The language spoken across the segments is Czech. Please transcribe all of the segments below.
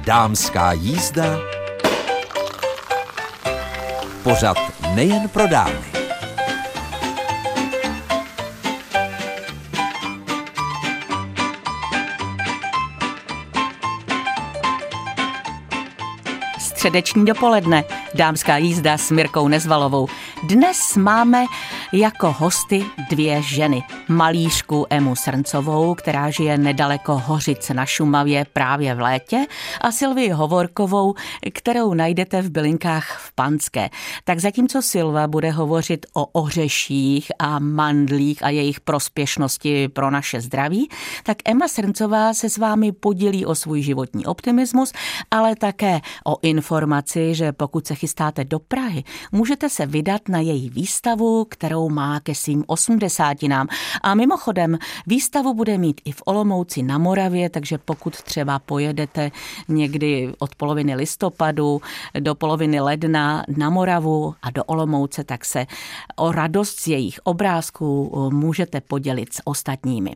Dámská jízda, pořad nejen pro dámy. Středeční dopoledne, dámská jízda s Mirkou Nezvalovou. Dnes máme jako hosty dvě ženy. Malířku Emu Srncovou, která žije nedaleko Hořic na Šumavě právě v létě, a Silvii Hovorkovou, kterou najdete v bylinkách v Panské. Tak zatímco Silva bude hovořit o ořeších a mandlích a jejich prospěšnosti pro naše zdraví, tak Ema Srncová se s vámi podělí o svůj životní optimismus, ale také o informaci, že pokud se chystáte do Prahy, můžete se vydat na její výstavu, kterou má ke svým 80. A mimochodem, výstavu bude mít i v Olomouci na Moravě, takže pokud třeba pojedete někdy od poloviny listopadu do poloviny ledna na Moravu a do Olomouce, tak se o radost z jejich obrázků můžete podělit s ostatními.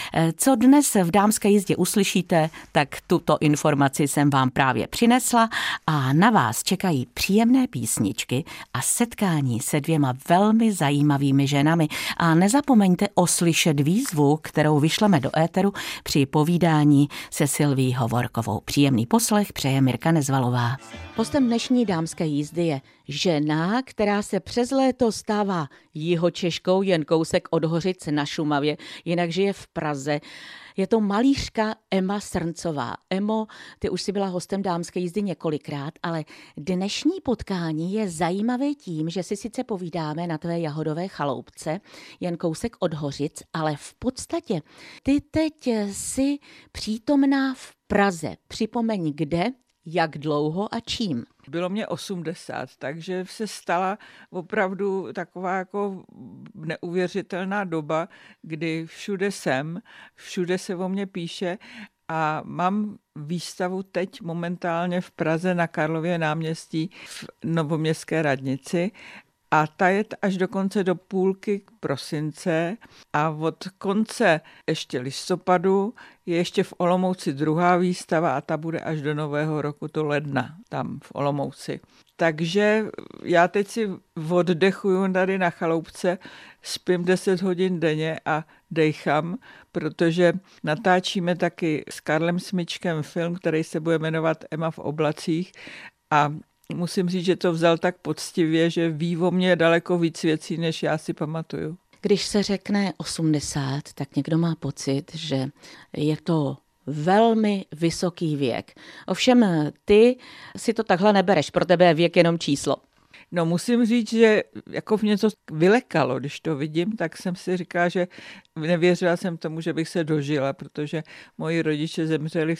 Co dnes v dámské jízdě uslyšíte, tak tuto informaci jsem vám právě přinesla a na vás čekají příjemné písničky a setkání se dvěma velmi zajímavými ženami. A nezapomeňte oslyšet výzvu, kterou vyšleme do éteru při povídání se Silví Hovorkovou. Příjemný poslech přeje Mirka Nezvalová. Hostem dnešní dámské jízdy je žena, která se přes léto stává Jihočeškou, jen kousek od Hořic na Šumavě, jinak žije v Praze. Je to malířka Ema Srncová. Emo, ty už jsi byla hostem dámské jízdy několikrát, ale dnešní potkání je zajímavé tím, že si sice povídáme na tvé jahodové chaloupce, jen kousek od Hořic, ale v podstatě ty teď jsi přítomná v Praze. Připomeň kde, jak dlouho a čím. Bylo mě 80, takže se stala opravdu taková jako neuvěřitelná doba, kdy všude jsem, všude se o mě píše a mám výstavu teď momentálně v Praze na Karlově náměstí v Novoměstské radnici. A ta je až dokonce do půlky prosince a od konce ještě listopadu je ještě v Olomouci druhá výstava a ta bude až do nového roku, to ledna, tam v Olomouci. Takže já teď si oddechuju tady na chaloupce, spím 10 hodin denně a dejchám, protože natáčíme taky s Karlem Smyčkem film, který se bude jmenovat Ema v oblacích a musím říct, že to vzal tak poctivě, že ví o mě daleko víc věcí, než já si pamatuju. Když se řekne 80, tak někdo má pocit, že je to velmi vysoký věk. Ovšem ty si to takhle nebereš, pro tebe je věk jenom číslo. No musím říct, že jako v něco vylekalo, když to vidím, tak jsem si říkala, že nevěřila jsem tomu, že bych se dožila, protože moji rodiče zemřeli v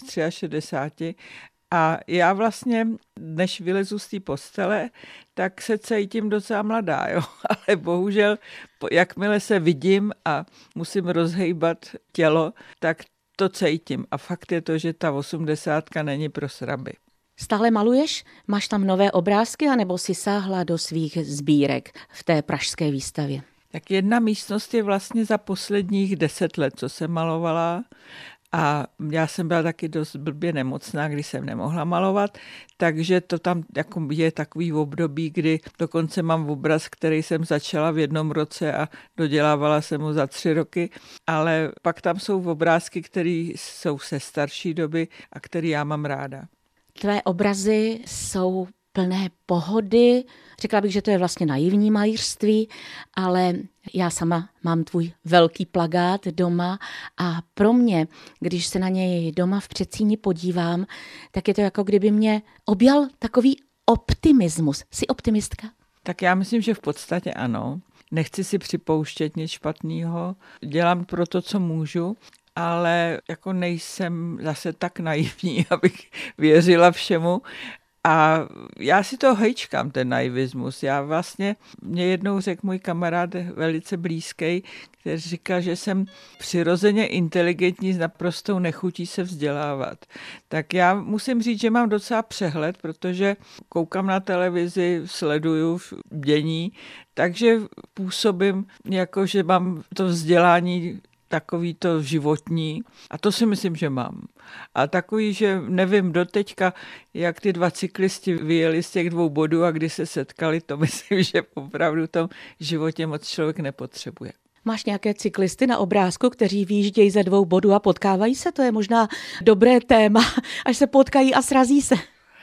63. A já vlastně, než vylezu z té postele, tak se cítím docela mladá, jo. Ale bohužel, jakmile se vidím a musím rozhejbat tělo, tak to cítím. A fakt je to, že ta 80 není pro sraby. Stále maluješ? Máš tam nové obrázky, anebo si sáhla do svých sbírek v té pražské výstavě? Tak jedna místnost je vlastně za posledních 10 let, co jsem malovala. A já jsem byla taky dost blbě nemocná, když jsem nemohla malovat, takže to tam jako je takový období, kdy dokonce mám obraz, který jsem začala v jednom roce a dodělávala jsem ho za 3 roky, ale pak tam jsou obrázky, které jsou ze starší doby a které já mám ráda. Tvé obrazy jsou plné pohody, řekla bych, že to je vlastně naivní malířství, ale já sama mám tvůj velký plakát doma a pro mě, když se na něj doma v předsíni podívám, tak je to jako kdyby mě objal takový optimismus. Jsi optimistka? Tak já myslím, že v podstatě ano. Nechci si připouštět nic špatného, dělám pro to, co můžu, ale jako nejsem zase tak naivní, abych věřila všemu. A já si to hejčkám, ten naivismus. Já vlastně, mě jednou řekl můj kamarád velice blízký, který říkal, že jsem přirozeně inteligentní s naprostou nechutí se vzdělávat. Tak já musím říct, že mám docela přehled, protože koukám na televizi, sleduju dění, takže působím jako, že mám to vzdělání takový to životní a to si myslím, že mám. A takový, že nevím doteďka, jak ty dva cyklisti vyjeli z těch 2 bodů a kdy se setkali, to myslím, že opravdu v tom životě moc člověk nepotřebuje. Máš nějaké cyklisty na obrázku, kteří výjíždějí ze 2 bodů a potkávají se? To je možná dobré téma, až se potkají a srazí se.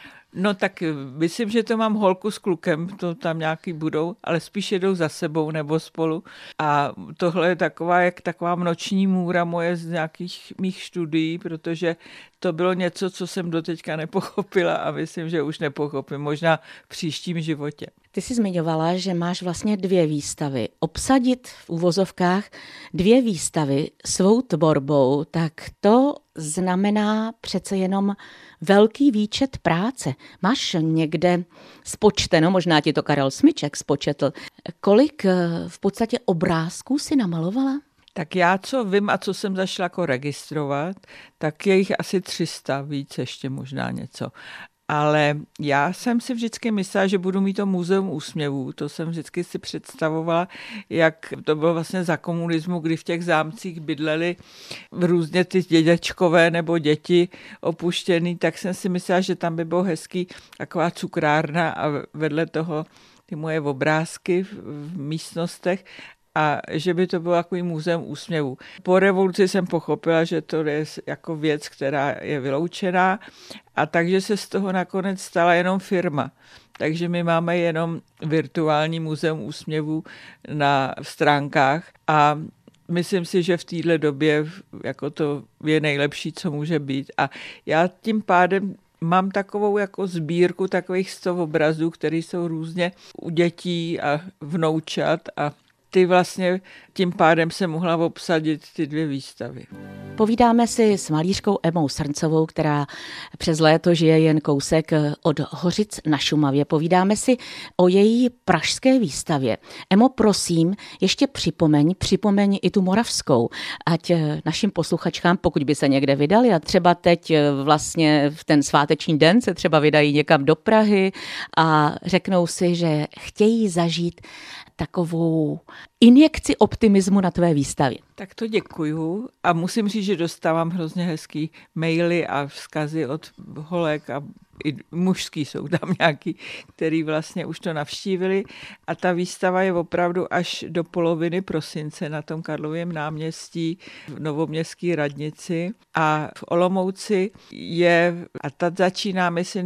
No tak myslím, že to mám holku s klukem, to tam nějaký budou, ale spíš jedou za sebou nebo spolu. A tohle je taková noční můra moje z nějakých mých studií, protože to bylo něco, co jsem doteďka nepochopila a myslím, že už nepochopím, možná v příštím životě. Ty jsi zmiňovala, že máš vlastně 2 výstavy. Obsadit v uvozovkách 2 výstavy svou tvorbou, tak to znamená přece jenom velký výčet práce. Máš někde spočteno, možná ti to Karel Smyček spočetl, kolik v podstatě obrázků si namalovala? Tak já, co vím a co jsem zašla jako registrovat, tak je jich asi 300, víc ještě možná něco. Ale já jsem si vždycky myslela, že budu mít to muzeum úsměvů. To jsem vždycky si představovala, jak to bylo vlastně za komunismu, kdy v těch zámcích bydleli různě ty dědečkové nebo děti opuštěný, tak jsem si myslela, že tam by bylo hezký taková cukrárna a vedle toho ty moje obrázky v místnostech. A že by to bylo takový muzeum úsměvů. Po revoluci jsem pochopila, že to je jako věc, která je vyloučená a takže se z toho nakonec stala jenom firma. Takže my máme jenom virtuální muzeum úsměvů na stránkách a myslím si, že v této době jako to je nejlepší, co může být. A já tím pádem mám takovou jako sbírku takových 100 obrazů, které jsou různě u dětí a vnoučat a ty vlastně tím pádem se mohla obsadit ty 2 výstavy. Povídáme si s malířkou Emou Srncovou, která přes léto žije jen kousek od Hořic na Šumavě. Povídáme si o její pražské výstavě. Emo, prosím, ještě připomeň i tu moravskou, ať našim posluchačkám, pokud by se někde vydali a třeba teď vlastně v ten sváteční den se třeba vydají někam do Prahy a řeknou si, že chtějí zažít takovou injekci optimismu na tvé výstavě. Tak to děkuju a musím říct, že dostávám hrozně hezký maily a vzkazy od holek a i mužský jsou tam nějaký, který vlastně už to navštívili a ta výstava je opravdu až do poloviny prosince na tom Karlově náměstí v Novoměstské radnici a v Olomouci je, a ta začíná myslím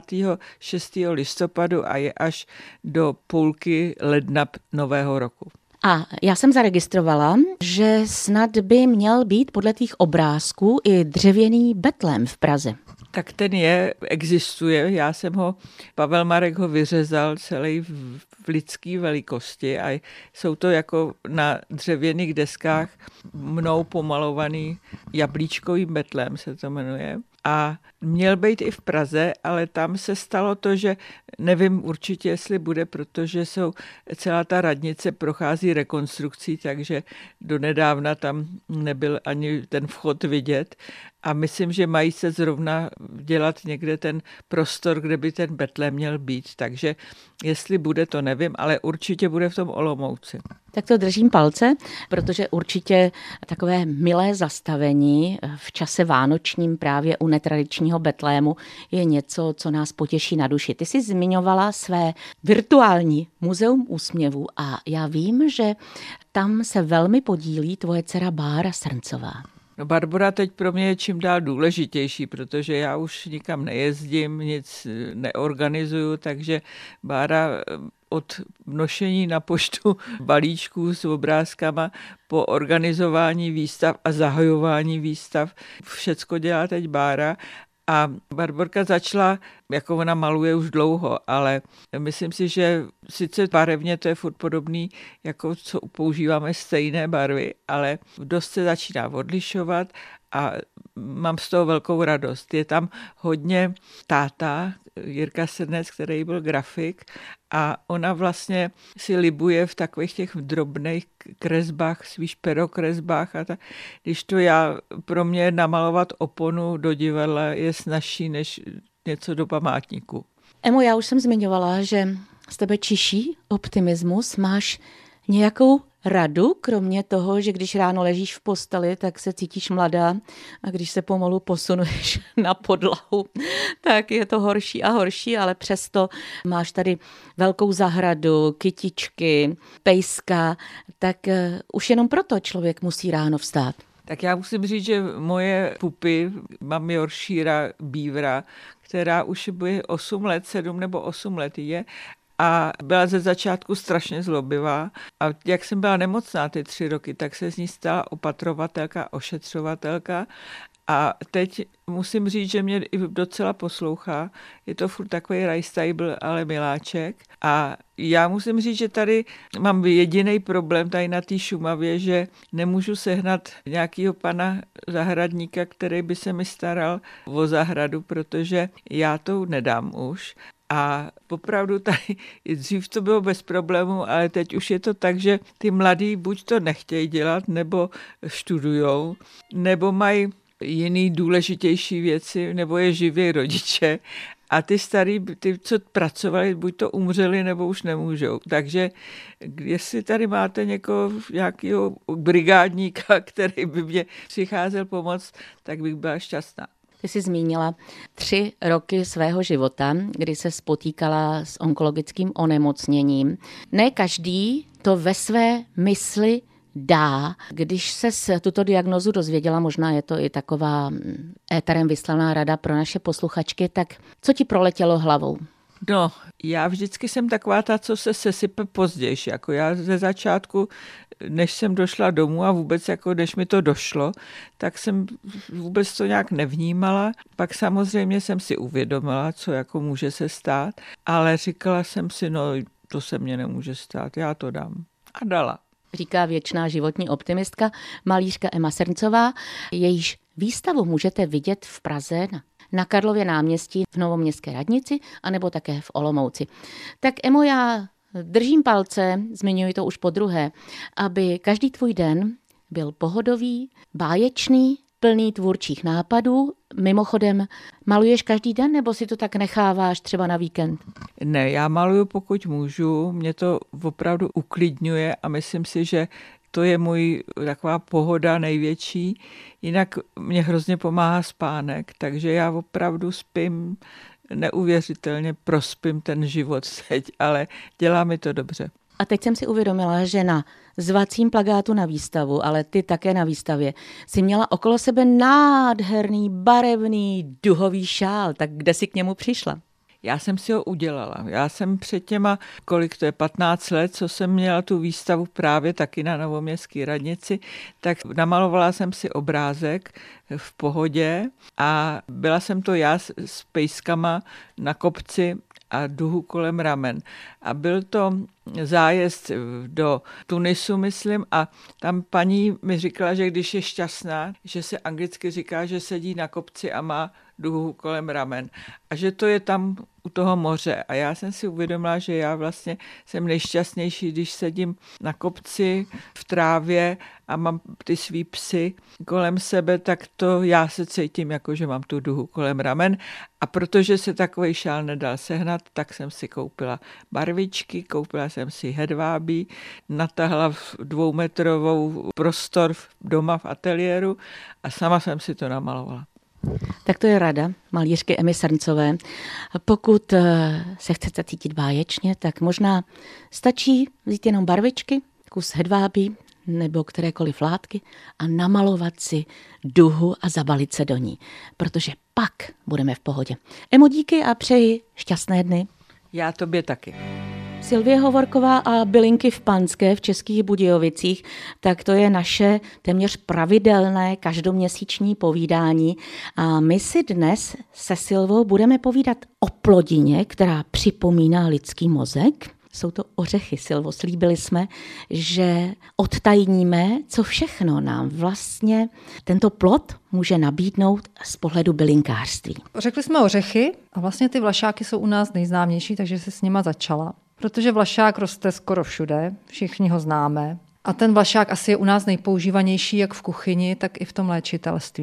26. listopadu a je až do půlky ledna nového roku. A já jsem zaregistrovala, že snad by měl být podle tvých obrázků i dřevěný betlém v Praze. Tak ten existuje, já jsem Pavel Marek ho vyřezal celý v lidské velikosti a jsou to jako na dřevěných deskách mnou pomalovaný jablíčkový betlém se to jmenuje. A měl být i v Praze, ale tam se stalo to, že nevím určitě, jestli bude, protože celá ta radnice prochází rekonstrukcí, takže donedávna tam nebyl ani ten vchod vidět. A myslím, že mají se zrovna dělat někde ten prostor, kde by ten betlém měl být. Takže jestli bude, to nevím, ale určitě bude v tom Olomouci. Tak to držím palce, protože určitě takové milé zastavení v čase vánočním právě u netradičního betlému je něco, co nás potěší na duši. Ty jsi zmiňovala své virtuální muzeum úsměvů a já vím, že tam se velmi podílí tvoje dcera Bára Srncová. No Barbora teď pro mě je čím dál důležitější, protože já už nikam nejezdím, nic neorganizuju, takže Bára od nošení na poštu balíčků s obrázkama po organizování výstav a zahajování výstav, všecko dělá teď Bára. A Barborka začala, jako ona maluje už dlouho, ale myslím si, že sice barevně to je furt podobný, jako co používáme stejné barvy, ale dost se začíná odlišovat a mám z toho velkou radost. Je tam hodně táta, Jirka Srnec, který byl grafik a ona vlastně si libuje v takových těch drobných kresbách, svých perokresbách a tak. Když to pro mě namalovat oponu do divadla je snazší než něco do památníku. Emo, já už jsem zmiňovala, že z tebe čiší optimismus. Máš Nějakou radu, kromě toho, že když ráno ležíš v posteli, tak se cítíš mladá a když se pomalu posunuješ na podlahu, tak je to horší a horší, ale přesto máš tady velkou zahradu, kytičky, pejska, tak už jenom proto člověk musí ráno vstát. Tak já musím říct, že moje pupy, mám Yorkshira Beavera, která už bude 8 let, 7 nebo 8 let je, a byla ze začátku strašně zlobivá. A jak jsem byla nemocná ty 3 roky, tak se z ní stala opatrovatelka, ošetřovatelka. A teď musím říct, že mě i docela poslouchá. Je to furt takový rajstajbl, ale miláček. A já musím říct, že tady mám jediný problém tady na té Šumavě, že nemůžu sehnat nějakého pana zahradníka, který by se mi staral o zahradu, protože já to nedám už. A opravdu tady, dřív to bylo bez problému, ale teď už je to tak, že ty mladí buď to nechtějí dělat, nebo študujou, nebo mají jiný důležitější věci, nebo je živí rodiče. A ty starý, ty, co pracovali, buď to umřeli, nebo už nemůžou. Takže jestli tady máte nějakého brigádníka, který by mě přicházel pomoct, tak bych byla šťastná. Ty jsi zmínila 3 roky svého života, kdy se potýkala s onkologickým onemocněním. Ne každý to ve své mysli dá. Když ses tuto diagnózu dozvěděla, možná je to i taková éterem vyslaná rada pro naše posluchačky, tak co ti proletělo hlavou? No, já vždycky jsem taková ta, co se sesype později. Jako já ze začátku, než jsem došla domů a vůbec jako než mi to došlo, tak jsem vůbec to nějak nevnímala. Pak samozřejmě jsem si uvědomila, co jako může se stát, ale říkala jsem si, no to se mně nemůže stát, já to dám. A dala. Říká věčná životní optimistka malířka Ema Srncová. Jejíž výstavu můžete vidět v Praze na Karlově náměstí v Novoměstské radnici anebo také v Olomouci. Tak Emo, já držím palce, zmiňuji to už podruhé, aby každý tvůj den byl pohodový, báječný, plný tvůrčích nápadů. Mimochodem, maluješ každý den, nebo si to tak necháváš třeba na víkend? Ne, já maluju pokud můžu, mě to opravdu uklidňuje a myslím si, že to je můj taková pohoda největší. Jinak mě hrozně pomáhá spánek, takže já opravdu spím neuvěřitelně, prospím ten život teď, ale dělá mi to dobře. A teď jsem si uvědomila, že na zvacím plakátu na výstavu, ale ty také na výstavě, si měla okolo sebe nádherný, barevný, duhový šál. Tak kde jsi k němu přišla? Já jsem si ho udělala. Já jsem před těma, kolik to je, 15 let, co jsem měla tu výstavu právě taky na Novoměstské radnici, tak namalovala jsem si obrázek v pohodě a byla jsem to já s pejskama na kopci a duhu kolem ramen. A byl to zájezd do Tunisu, myslím, a tam paní mi říkala, že když je šťastná, že se anglicky říká, že sedí na kopci a má duhu kolem ramen. A že to je tam u toho moře. A já jsem si uvědomila, že já vlastně jsem nejšťastnější, když sedím na kopci v trávě a mám ty svý psy kolem sebe, tak to já se cítím jako, že mám tu duhu kolem ramen. A protože se takovej šál nedal sehnat, tak jsem si koupila barvičky, koupila jsem si hedvábí, natahla v 2metrovou prostor doma v ateliéru a sama jsem si to namalovala. Tak to je rada malířky Emy Srncové. Pokud se chcete cítit báječně, tak možná stačí vzít jenom barvičky, kus hedvábí nebo kterékoliv látky a namalovat si duhu a zabalit se do ní, protože pak budeme v pohodě. Emo, díky a přeji šťastné dny. Já tobě taky. Sylvie Hovorková a Bylinky v Panské v Českých Budějovicích, tak to je naše téměř pravidelné každoměsíční povídání. A my si dnes se Sylvou budeme povídat o plodině, která připomíná lidský mozek. Jsou to ořechy, Sylvo. Slíbili jsme, že odtajníme, co všechno nám vlastně tento plod může nabídnout z pohledu bylinkářství. Řekli jsme ořechy a vlastně ty vlašáky jsou u nás nejznámější, takže se s nima začala. Protože vlašák roste skoro všude, všichni ho známe. A ten vlašák asi je u nás nejpoužívanější jak v kuchyni, tak i v tom léčitelství.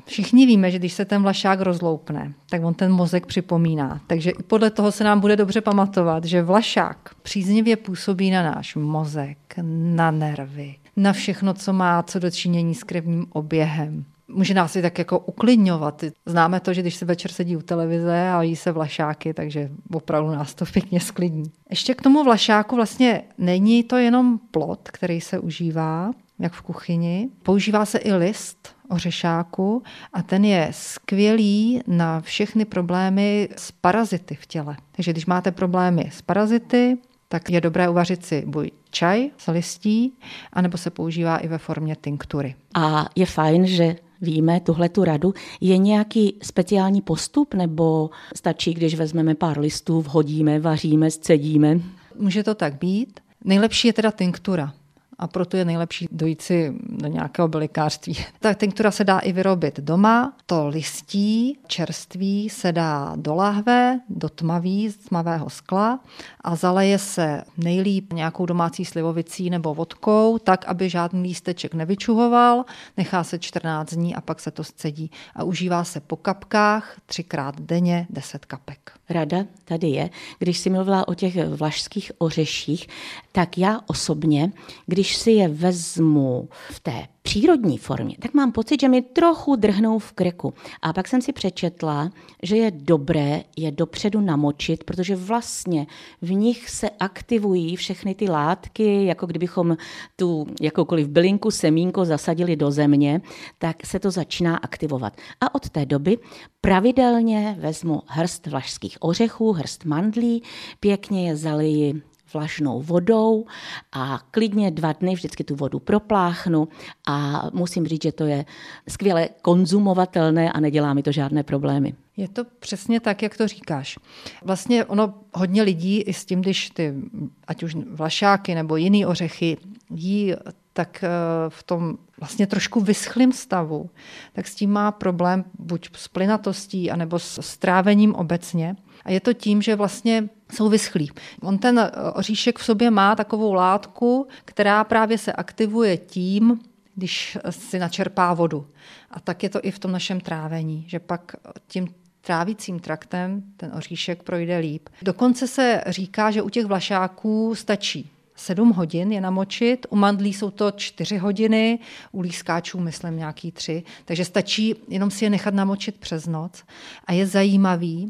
Všichni víme, že když se ten vlašák rozloupne, tak on ten mozek připomíná. Takže i podle toho se nám bude dobře pamatovat, že vlašák příznivě působí na náš mozek, na nervy, na všechno, co má co do činění s krevním oběhem. Může nás i tak jako uklidňovat. Známe to, že když se večer sedí u televize a jí se vlašáky, takže opravdu nás to pěkně sklidní. Ještě k tomu vlašáku vlastně není to jenom plod, který se užívá, jak v kuchyni. Používá se i list ořešáku a ten je skvělý na všechny problémy s parazity v těle. Takže když máte problémy s parazity, tak je dobré uvařit si buď čaj s listí, anebo se používá i ve formě tinktury. A je fajn, že víme tuhletu radu. Je nějaký speciální postup, nebo stačí, když vezmeme pár listů, vhodíme, vaříme, scedíme? Může to tak být. Nejlepší je teda tinktura. A proto je nejlepší dojít si do nějakého bylikářství. Ta tinktura se dá i vyrobit doma. To listí čerství se dá do lahve, do tmavého skla a zaleje se nejlíp nějakou domácí slivovicí nebo vodkou, tak, aby žádný lísteček nevyčuhoval. Nechá se 14 dní a pak se to scedí. A užívá se po kapkách 3krát denně 10 kapek. Rada tady je, když jsi mluvila o těch vlašských ořeších, tak já osobně, když si je vezmu v té přírodní formě, tak mám pocit, že mi trochu drhnou v krku. A pak jsem si přečetla, že je dobré je dopředu namočit, protože vlastně v nich se aktivují všechny ty látky, jako kdybychom tu jakoukoliv bylinku, semínko zasadili do země, tak se to začíná aktivovat. A od té doby pravidelně vezmu hrst vlašských ořechů, hrst mandlí, pěkně je zaliji vlažnou vodou a klidně 2 dny vždycky tu vodu propláchnu a musím říct, že to je skvěle konzumovatelné a nedělá mi to žádné problémy. Je to přesně tak, jak to říkáš. Vlastně ono hodně lidí i s tím, když ty, ať už vlašáky nebo jiný ořechy jí, tak v tom vlastně trošku vyschlým stavu, tak s tím má problém buď s plynatostí, anebo s trávením obecně. A je to tím, že vlastně jsou vyschlí. On ten oříšek v sobě má takovou látku, která právě se aktivuje tím, když si načerpá vodu. A tak je to i v tom našem trávení, že pak tím trávicím traktem ten oříšek projde líp. Dokonce se říká, že u těch vlašáků stačí 7 hodin je namočit, u mandlí jsou to 4 hodiny, u lískáčů myslím nějaký 3, takže stačí jenom si je nechat namočit přes noc. A je zajímavý,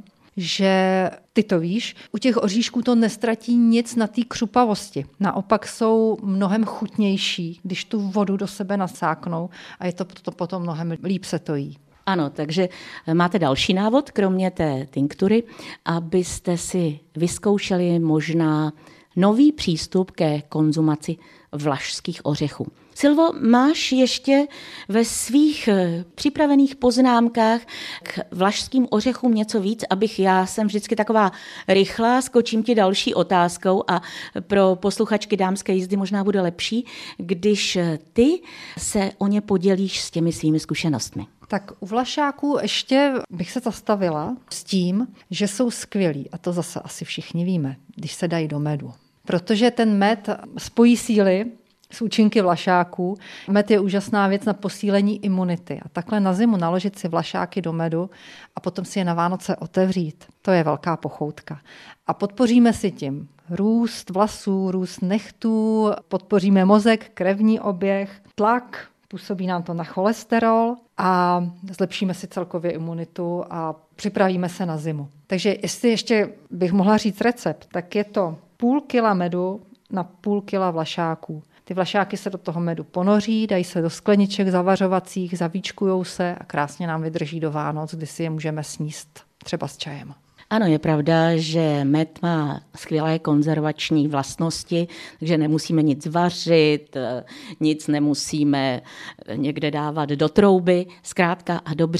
že ty to víš, u těch oříšků to nestratí nic na té křupavosti. Naopak jsou mnohem chutnější, když tu vodu do sebe nasáknou a je to potom mnohem líp se to jí. Ano, takže máte další návod, kromě té tinktury, abyste si vyzkoušeli možná nový přístup ke konzumaci vlašských ořechů. Silvo, máš ještě ve svých připravených poznámkách k vlašským ořechům něco víc, já jsem vždycky taková rychlá, skočím ti další otázkou a pro posluchačky dámské jízdy možná bude lepší, když ty se o ně podělíš s těmi svými zkušenostmi. Tak u vlašáků ještě bych se zastavila s tím, že jsou skvělí, a to zase asi všichni víme, když se dají do medu. Protože ten med spojí síly s účinky vlašáků. Med je úžasná věc na posílení imunity. A takhle na zimu naložit si vlašáky do medu a potom si je na Vánoce otevřít, to je velká pochoutka. A podpoříme si tím růst vlasů, růst nechtů, podpoříme mozek, krevní oběh, tlak, působí nám to na cholesterol a zlepšíme si celkově imunitu a připravíme se na zimu. Takže jestli ještě bych mohla říct recept, tak je to 0,5 kila medu na 0,5 kila vlašáků. Ty vlašáky se do toho medu ponoří, dají se do skleniček zavařovacích, zavíčkujou se a krásně nám vydrží do Vánoc, kdy si je můžeme sníst třeba s čajem. Ano, je pravda, že med má skvělé konzervační vlastnosti, takže nemusíme nic vařit, nic nemusíme někde dávat do trouby. Zkrátka a dobře,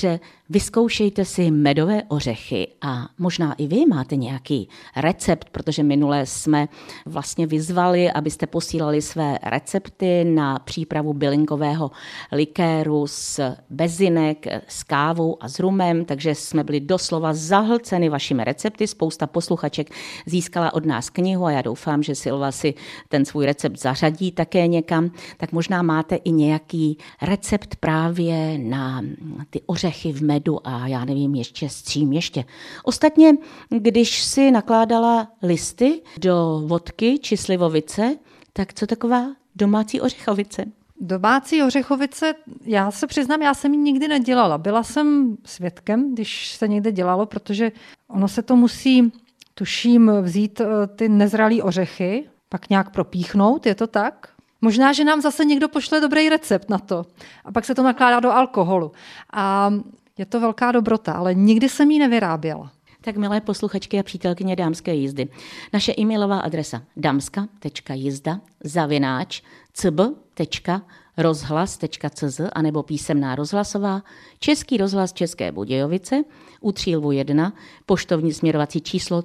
Vyzkoušejte si medové ořechy a možná i vy máte nějaký recept, protože minule jsme vlastně vyzvali, abyste posílali své recepty na přípravu bylinkového likéru s bezinek, s kávou a s rumem, takže jsme byli doslova zahlceni vašimi recepty. Spousta posluchaček získala od nás knihu a já doufám, že Silva si ten svůj recept zařadí také někam. Tak možná máte i nějaký recept právě na ty ořechy v medu a já nevím ještě s čím ještě. Ostatně, když si nakládala listy do vodky či slivovice, tak co taková domácí ořechovice? Domácí ořechovice, já se přiznám, já jsem ji nikdy nedělala. Byla jsem svědkem, když se někde dělalo, protože ono se to musí, tuším, vzít ty nezralý ořechy, pak nějak propíchnout, je to tak? Možná, že nám zase někdo pošle dobrý recept na to. A pak se to nakládá do alkoholu. A je to velká dobrota, ale nikdy jsem ji nevyráběla. Tak milé posluchačky a přítelkyně Dámské jízdy, naše e-mailová adresa damska.jizda@cb.rozhlas.cz anebo písemná rozhlasová Český rozhlas České Budějovice u Třílvu 1, poštovní směrovací číslo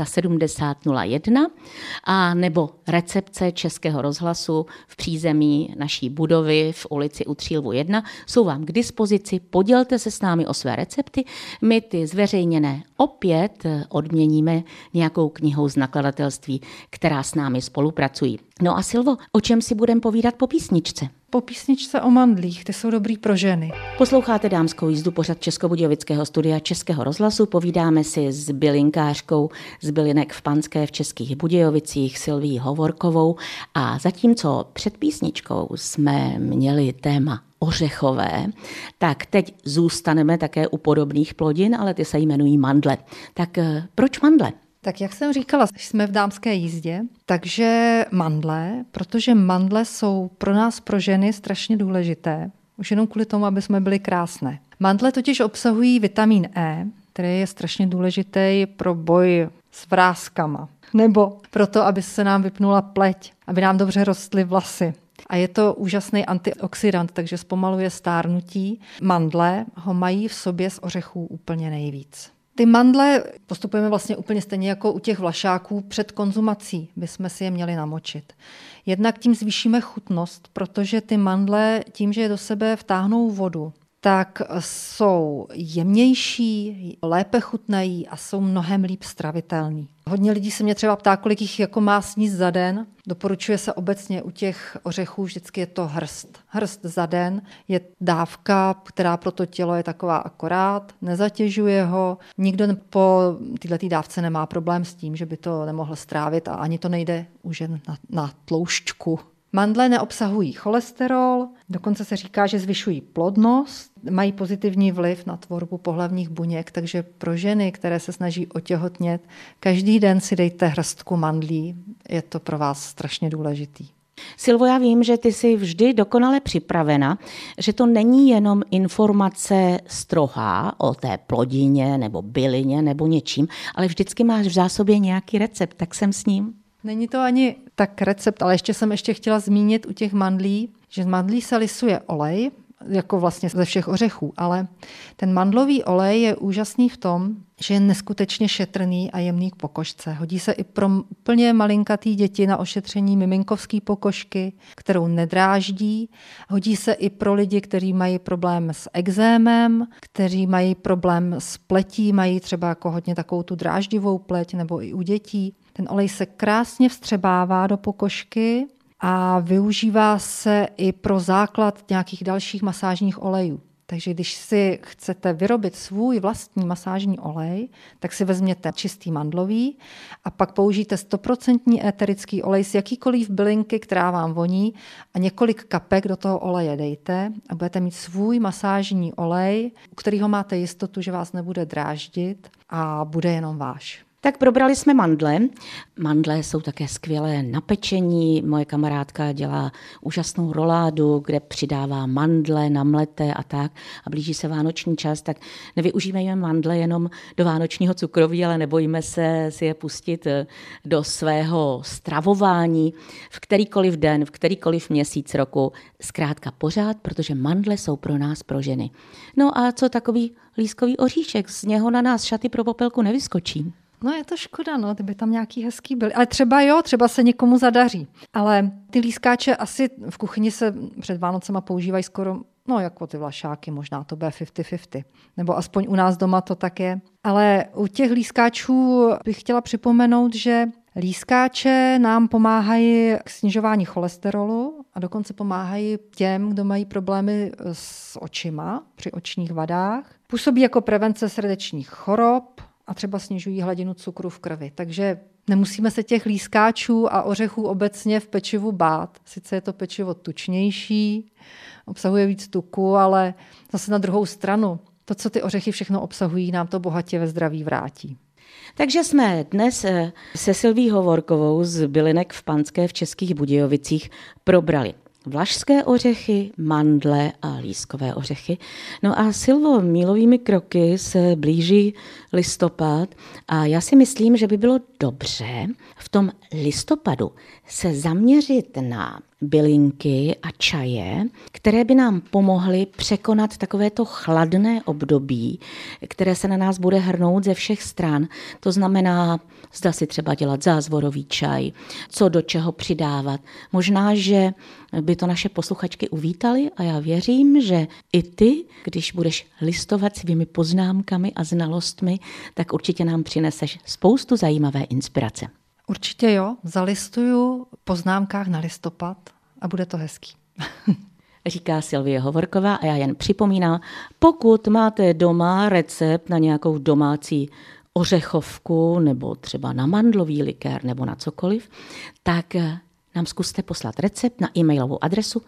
370 01 a nebo recepce Českého rozhlasu v přízemí naší budovy v ulici u Třílvu 1 jsou vám k dispozici. Podělte se s námi o své recepty. My ty zveřejněné opět odměníme nějakou knihou z nakladatelství, která s námi spolupracují. No a Silvo, o čem si budeme povídat po písničce? Po písničce o mandlích, ty jsou dobrý pro ženy. Posloucháte Dámskou jízdu, pořad Českobudějovického studia Českého rozhlasu. Povídáme si s bylinkářkou z bylinek v Panské v Českých Budějovicích Silví Hovorkovou a zatímco před písničkou jsme měli téma ořechové, tak teď zůstaneme také u podobných plodin, ale ty se jmenují mandle. Tak proč mandle? Tak jak jsem říkala, jsme v dámské jízdě, takže mandle, protože mandle jsou pro nás, pro ženy, strašně důležité. Už jenom kvůli tomu, aby jsme byli krásné. Mandle totiž obsahují vitamin E, který je strašně důležitý pro boj s vráskama. Nebo proto, aby se nám vypnula pleť, aby nám dobře rostly vlasy. A je to úžasný antioxidant, takže zpomaluje stárnutí. Mandle ho mají v sobě z ořechů úplně nejvíc. Ty mandle postupujeme vlastně úplně stejně jako u těch vlašáků. Před konzumací bychom si je měli namočit. Jednak tím zvýšíme chutnost, protože ty mandle tím, že je do sebe vtáhnou vodu, tak jsou jemnější, lépe chutnají a jsou mnohem líp stravitelný. Hodně lidí se mě třeba ptá, kolik jich jako má sníst za den. Doporučuje se obecně u těch ořechů, vždycky je to hrst. Hrst za den je dávka, která pro to tělo je taková akorát, nezatěžuje ho. Nikdo po této dávce nemá problém s tím, že by to nemohl strávit a ani to nejde už jen na tloušťku. Mandle neobsahují cholesterol, dokonce se říká, že zvyšují plodnost, mají pozitivní vliv na tvorbu pohlavních buněk, takže pro ženy, které se snaží otěhotnět, každý den si dejte hrstku mandlí, je to pro vás strašně důležitý. Silvo, já vím, že ty jsi vždy dokonale připravena, že to není jenom informace strohá o té plodině nebo bylině nebo něčím, ale vždycky máš v zásobě nějaký recept, tak jsem s ním. Není to ani tak recept, ale jsem chtěla zmínit u těch mandlí, že z mandlí se lisuje olej, jako vlastně ze všech ořechů, ale ten mandlový olej je úžasný v tom, že je neskutečně šetrný a jemný k pokožce. Hodí se i pro úplně malinkatý děti na ošetření miminkovský pokožky, kterou nedráždí. Hodí se i pro lidi, kteří mají problém s ekzémem, kteří mají problém s pletí, mají třeba jako hodně takovou tu dráždivou pleť, nebo i u dětí. Ten olej se krásně vstřebává do pokožky a využívá se i pro základ nějakých dalších masážních olejů. Takže když si chcete vyrobit svůj vlastní masážní olej, tak si vezměte čistý mandlový a pak použijte 100% éterický olej z jakýkoliv bylinky, která vám voní a několik kapek do toho oleje dejte a budete mít svůj masážní olej, u kterého máte jistotu, že vás nebude dráždit a bude jenom váš. Tak probrali jsme mandle. Mandle jsou také skvělé na pečení. Moje kamarádka dělá úžasnou roládu, kde přidává mandle namleté a tak. A blíží se vánoční čas, tak nevyužívejme mandle jenom do vánočního cukroví, ale nebojíme se si je pustit do svého stravování v kterýkoliv den, v kterýkoliv měsíc roku. Zkrátka pořád, protože mandle jsou pro nás, pro ženy. No a co takový lískový oříšek? Z něho na nás šaty pro popelku nevyskočí. No je to škoda, no, kdyby tam nějaký hezký byly. Ale třeba se někomu zadaří. Ale ty lískáče asi v kuchyni se před Vánocema používají skoro, no jako ty vlašáky, možná to bude 50-50. Nebo aspoň u nás doma to tak je. Ale u těch lískáčů bych chtěla připomenout, že lískáče nám pomáhají k snižování cholesterolu a dokonce pomáhají těm, kdo mají problémy s očima při očních vadách. Působí jako prevence srdečních chorob a třeba snižují hladinu cukru v krvi. Takže nemusíme se těch lískáčů a ořechů obecně v pečivu bát. Sice je to pečivo tučnější, obsahuje víc tuku, ale zase na druhou stranu to, co ty ořechy všechno obsahují, nám to bohatě ve zdraví vrátí. Takže jsme dnes se Silví Hovorkovou z Bylinek v Panské v Českých Budějovicích probrali vlašské ořechy, mandle a lískové ořechy. No a Silvo, mílovými kroky se blíží listopad a já si myslím, že by bylo dobře v tom listopadu se zaměřit na bylinky a čaje, které by nám pomohly překonat takovéto chladné období, které se na nás bude hrnout ze všech stran. To znamená, zda si třeba dělat zázvorový čaj, co do čeho přidávat. Možná, že by to naše posluchačky uvítali a já věřím, že i ty, když budeš listovat svými poznámkami a znalostmi, tak určitě nám přineseš spoustu zajímavé inspirace. Určitě jo, zalistuju v poznámkách na listopad a bude to hezký. Říká Silvie Hovorková a já jen připomínám, pokud máte doma recept na nějakou domácí ořechovku nebo třeba na mandlový likér nebo na cokoliv, tak nám zkuste poslat recept na e-mailovou adresu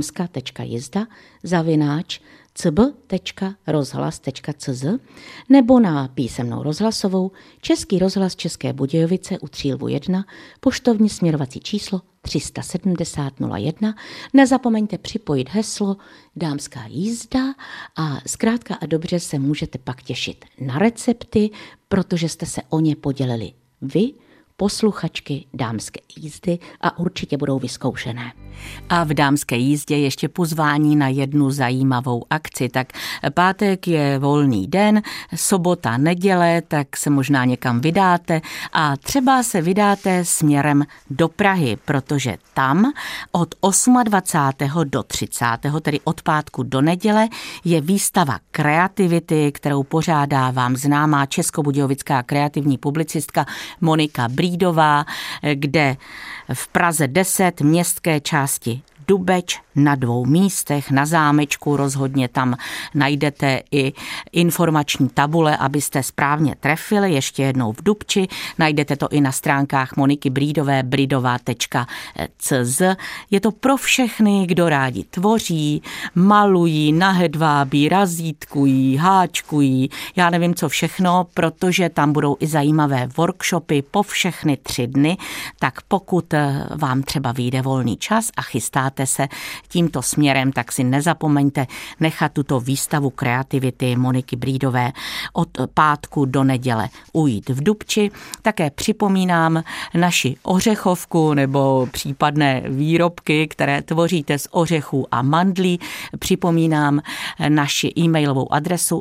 damska.jizda@cb.rozhlas.cz nebo na písemnou rozhlasovou Český rozhlas České Budějovice u Třílvu 1, poštovní směrovací číslo 370 01. Nezapomeňte připojit heslo Dámská jízda a zkrátka a dobře se můžete pak těšit na recepty, protože jste se o ně podělili vy, posluchačky Dámské jízdy a určitě budou vyzkoušené. A v Dámské jízdě ještě pozvání na jednu zajímavou akci. Tak pátek je volný den, sobota, neděle, tak se možná někam vydáte a třeba se vydáte směrem do Prahy, protože tam od 28. do 30., tedy od pátku do neděle, je výstava kreativity, kterou pořádá vám známá českobudějovická kreativní publicistka Monika Brídová, kde v Praze 10 městské části Dubeč na 2 místech, na zámečku rozhodně tam najdete i informační tabule, abyste správně trefili, ještě jednou v Dubči, najdete to i na stránkách Moniky Brídové, bridova.cz. Je to pro všechny, kdo rádi tvoří, malují, nahedvábí, razítkují, háčkují, já nevím co všechno, protože tam budou i zajímavé workshopy po všechny 3 dny, tak pokud vám třeba vyjde volný čas a chystáte se tímto směrem, tak si nezapomeňte nechat tuto výstavu kreativity Moniky Brídové od pátku do neděle ujít v Dubči. Také připomínám naši ořechovku nebo případné výrobky, které tvoříte z ořechů a mandlí. Připomínám naši e-mailovou adresu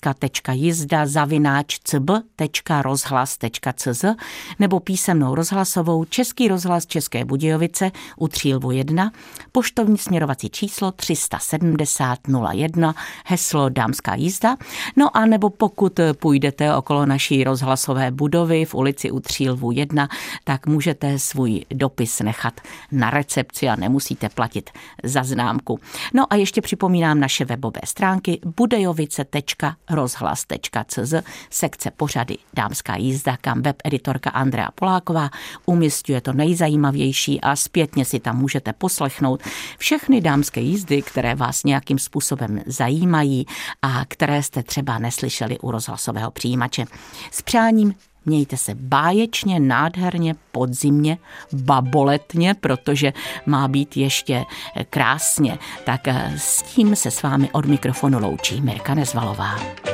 damska.jizda@cb.rozhlas.cz nebo písemnou rozhlasovou Český rozhlas České Budějovice u Třílvu 1, poštovní směrovací číslo 370 01, heslo Dámská jízda. No a nebo pokud půjdete okolo naší rozhlasové budovy v ulici u Třílvu 1, tak můžete svůj dopis nechat na recepci a nemusíte platit za známku. No a ještě připomínám naše webové stránky budejovice.rozhlas.cz, sekce pořady Dámská jízda, kam webeditorka Andrea Poláková umisťuje to nejzajímavější a zpětně si tam můžete poslechnout všechny dámské jízdy, které vás nějakým způsobem zajímají a které jste třeba neslyšeli u rozhlasového přijímače. S přáním Mějte se báječně, nádherně, podzimně, baboletně, protože má být ještě krásně. Tak s tím se s vámi od mikrofonu loučí Mirka Nezvalová.